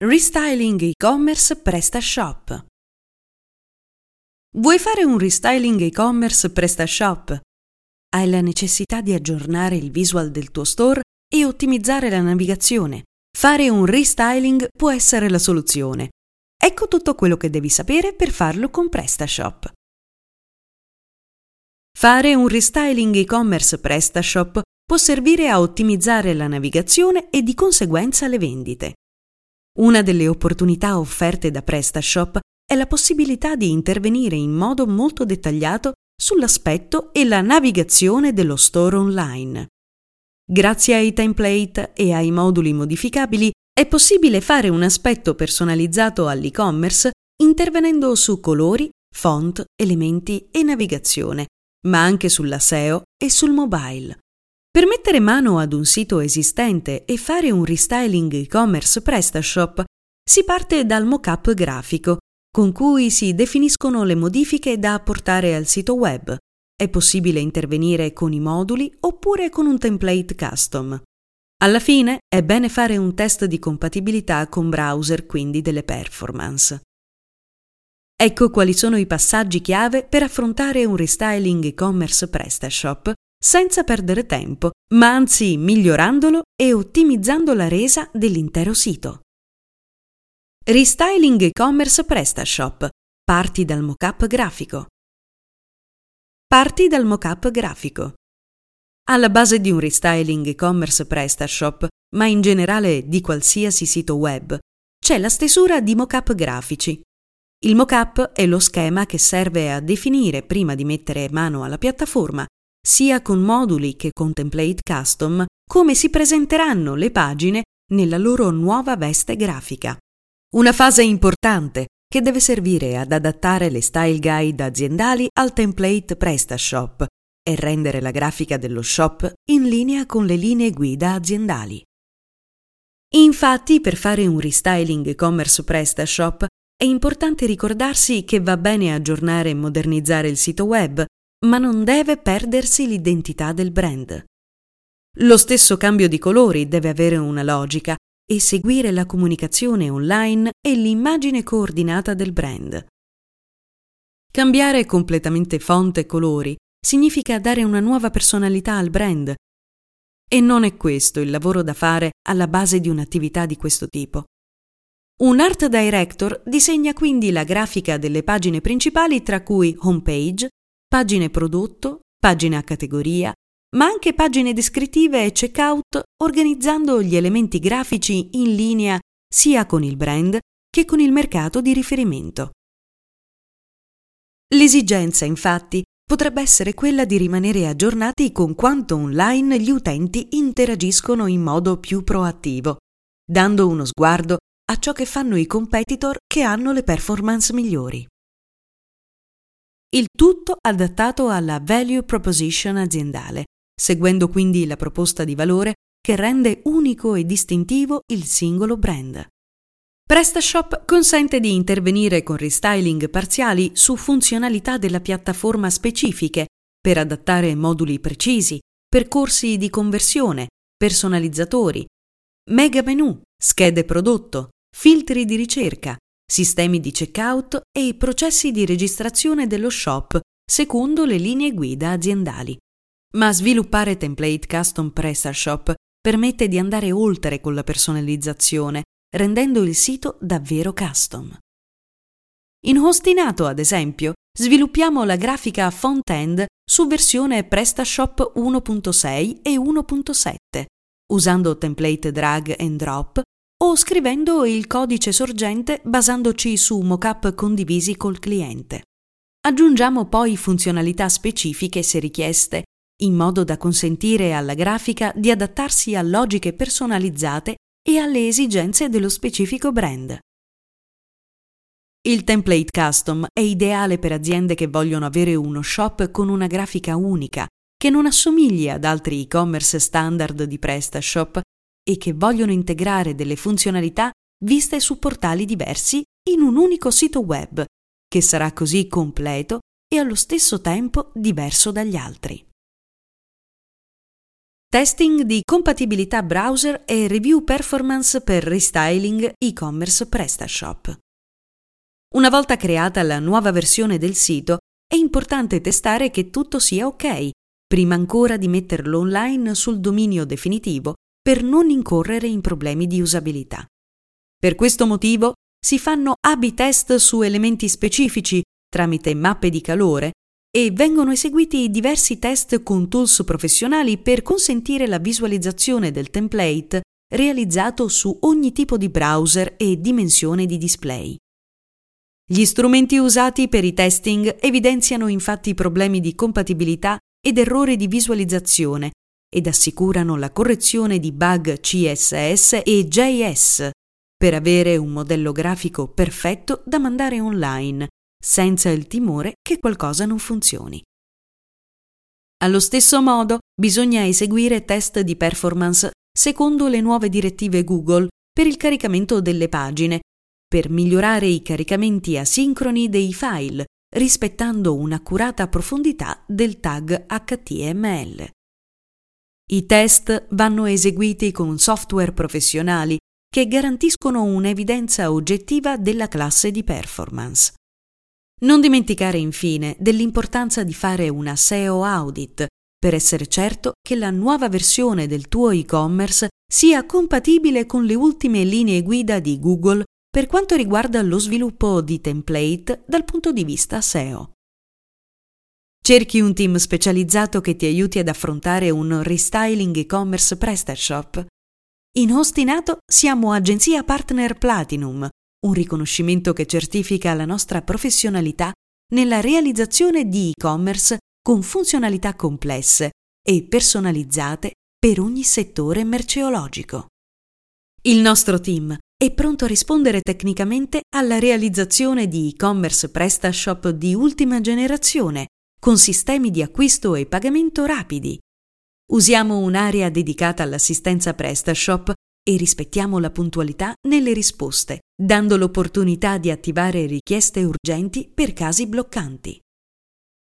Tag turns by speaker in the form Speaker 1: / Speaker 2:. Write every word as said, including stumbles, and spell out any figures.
Speaker 1: Restyling e-commerce PrestaShop. Vuoi fare un restyling e-commerce PrestaShop? Hai la necessità di aggiornare il visual del tuo store e ottimizzare la navigazione. Fare un restyling può essere la soluzione. Ecco tutto quello che devi sapere per farlo con PrestaShop. Fare un restyling e-commerce PrestaShop può servire a ottimizzare la navigazione e di conseguenza le vendite. Una delle opportunità offerte da PrestaShop è la possibilità di intervenire in modo molto dettagliato sull'aspetto e la navigazione dello store online. Grazie ai template e ai moduli modificabili è possibile fare un aspetto personalizzato all'e-commerce intervenendo su colori, font, elementi e navigazione, ma anche sulla S E O e sul mobile. Per mettere mano ad un sito esistente e fare un restyling e-commerce PrestaShop si parte dal mock-up grafico, con cui si definiscono le modifiche da apportare al sito web. È possibile intervenire con i moduli oppure con un template custom. Alla fine è bene fare un test di compatibilità con browser, quindi delle performance. Ecco quali sono i passaggi chiave per affrontare un restyling e-commerce PrestaShop senza perdere tempo, ma anzi migliorandolo e ottimizzando la resa dell'intero sito. Restyling e-commerce PrestaShop. Parti dal mock-up grafico. Parti dal mock-up grafico. Alla base di un restyling e-commerce PrestaShop, ma in generale di qualsiasi sito web, c'è la stesura di mock-up grafici. Il mock-up è lo schema che serve a definire prima di mettere mano alla piattaforma, sia con moduli che con template custom, come si presenteranno le pagine nella loro nuova veste grafica. Una fase importante che deve servire ad adattare le style guide aziendali al template PrestaShop e rendere la grafica dello shop in linea con le linee guida aziendali. Infatti, per fare un restyling e-commerce PrestaShop è importante ricordarsi che va bene aggiornare e modernizzare il sito web, ma non deve perdersi l'identità del brand. Lo stesso cambio di colori deve avere una logica e seguire la comunicazione online e l'immagine coordinata del brand. Cambiare completamente font e colori significa dare una nuova personalità al brand, e non è questo il lavoro da fare alla base di un'attività di questo tipo. Un art director disegna quindi la grafica delle pagine principali, tra cui homepage, pagine prodotto, pagine a categoria, ma anche pagine descrittive e checkout, organizzando gli elementi grafici in linea sia con il brand che con il mercato di riferimento. L'esigenza, infatti, potrebbe essere quella di rimanere aggiornati con quanto online gli utenti interagiscono in modo più proattivo, dando uno sguardo a ciò che fanno i competitor che hanno le performance migliori. Il tutto adattato alla value proposition aziendale, seguendo quindi la proposta di valore che rende unico e distintivo il singolo brand. PrestaShop consente di intervenire con restyling parziali su funzionalità della piattaforma specifiche per adattare moduli precisi, percorsi di conversione, personalizzatori, mega menu, schede prodotto, filtri di ricerca, sistemi di checkout e processi di registrazione dello shop secondo le linee guida aziendali. Ma sviluppare template custom PrestaShop permette di andare oltre con la personalizzazione, rendendo il sito davvero custom. In Hostinato, ad esempio, sviluppiamo la grafica front-end su versione PrestaShop uno punto sei e uno punto sette, usando template drag and drop o scrivendo il codice sorgente basandoci su mockup condivisi col cliente. Aggiungiamo poi funzionalità specifiche se richieste, in modo da consentire alla grafica di adattarsi a logiche personalizzate e alle esigenze dello specifico brand. Il template custom è ideale per aziende che vogliono avere uno shop con una grafica unica, che non assomigli ad altri e-commerce standard di PrestaShop e che vogliono integrare delle funzionalità viste su portali diversi in un unico sito web, che sarà così completo e allo stesso tempo diverso dagli altri. Testing di compatibilità browser e review performance per restyling e-commerce PrestaShop. Una volta creata la nuova versione del sito, è importante testare che tutto sia ok, prima ancora di metterlo online sul dominio definitivo per non incorrere in problemi di usabilità. Per questo motivo si fanno A B test su elementi specifici tramite mappe di calore e vengono eseguiti diversi test con tools professionali per consentire la visualizzazione del template realizzato su ogni tipo di browser e dimensione di display. Gli strumenti usati per i testing evidenziano infatti problemi di compatibilità ed errori di visualizzazione ed assicurano la correzione di bug C S S e J S per avere un modello grafico perfetto da mandare online, senza il timore che qualcosa non funzioni. Allo stesso modo, bisogna eseguire test di performance secondo le nuove direttive Google per il caricamento delle pagine, per migliorare i caricamenti asincroni dei file, rispettando un'accurata profondità del tag H T M L. I test vanno eseguiti con software professionali che garantiscono un'evidenza oggettiva della classe di performance. Non dimenticare infine dell'importanza di fare una S E O audit per essere certo che la nuova versione del tuo e-commerce sia compatibile con le ultime linee guida di Google per quanto riguarda lo sviluppo di template dal punto di vista S E O. Cerchi un team specializzato che ti aiuti ad affrontare un restyling e-commerce PrestaShop? In Ostinato siamo Agenzia Partner Platinum, un riconoscimento che certifica la nostra professionalità nella realizzazione di e-commerce con funzionalità complesse e personalizzate per ogni settore merceologico. Il nostro team è pronto a rispondere tecnicamente alla realizzazione di e-commerce PrestaShop di ultima generazione, con sistemi di acquisto e pagamento rapidi. Usiamo un'area dedicata all'assistenza PrestaShop e rispettiamo la puntualità nelle risposte, dando l'opportunità di attivare richieste urgenti per casi bloccanti.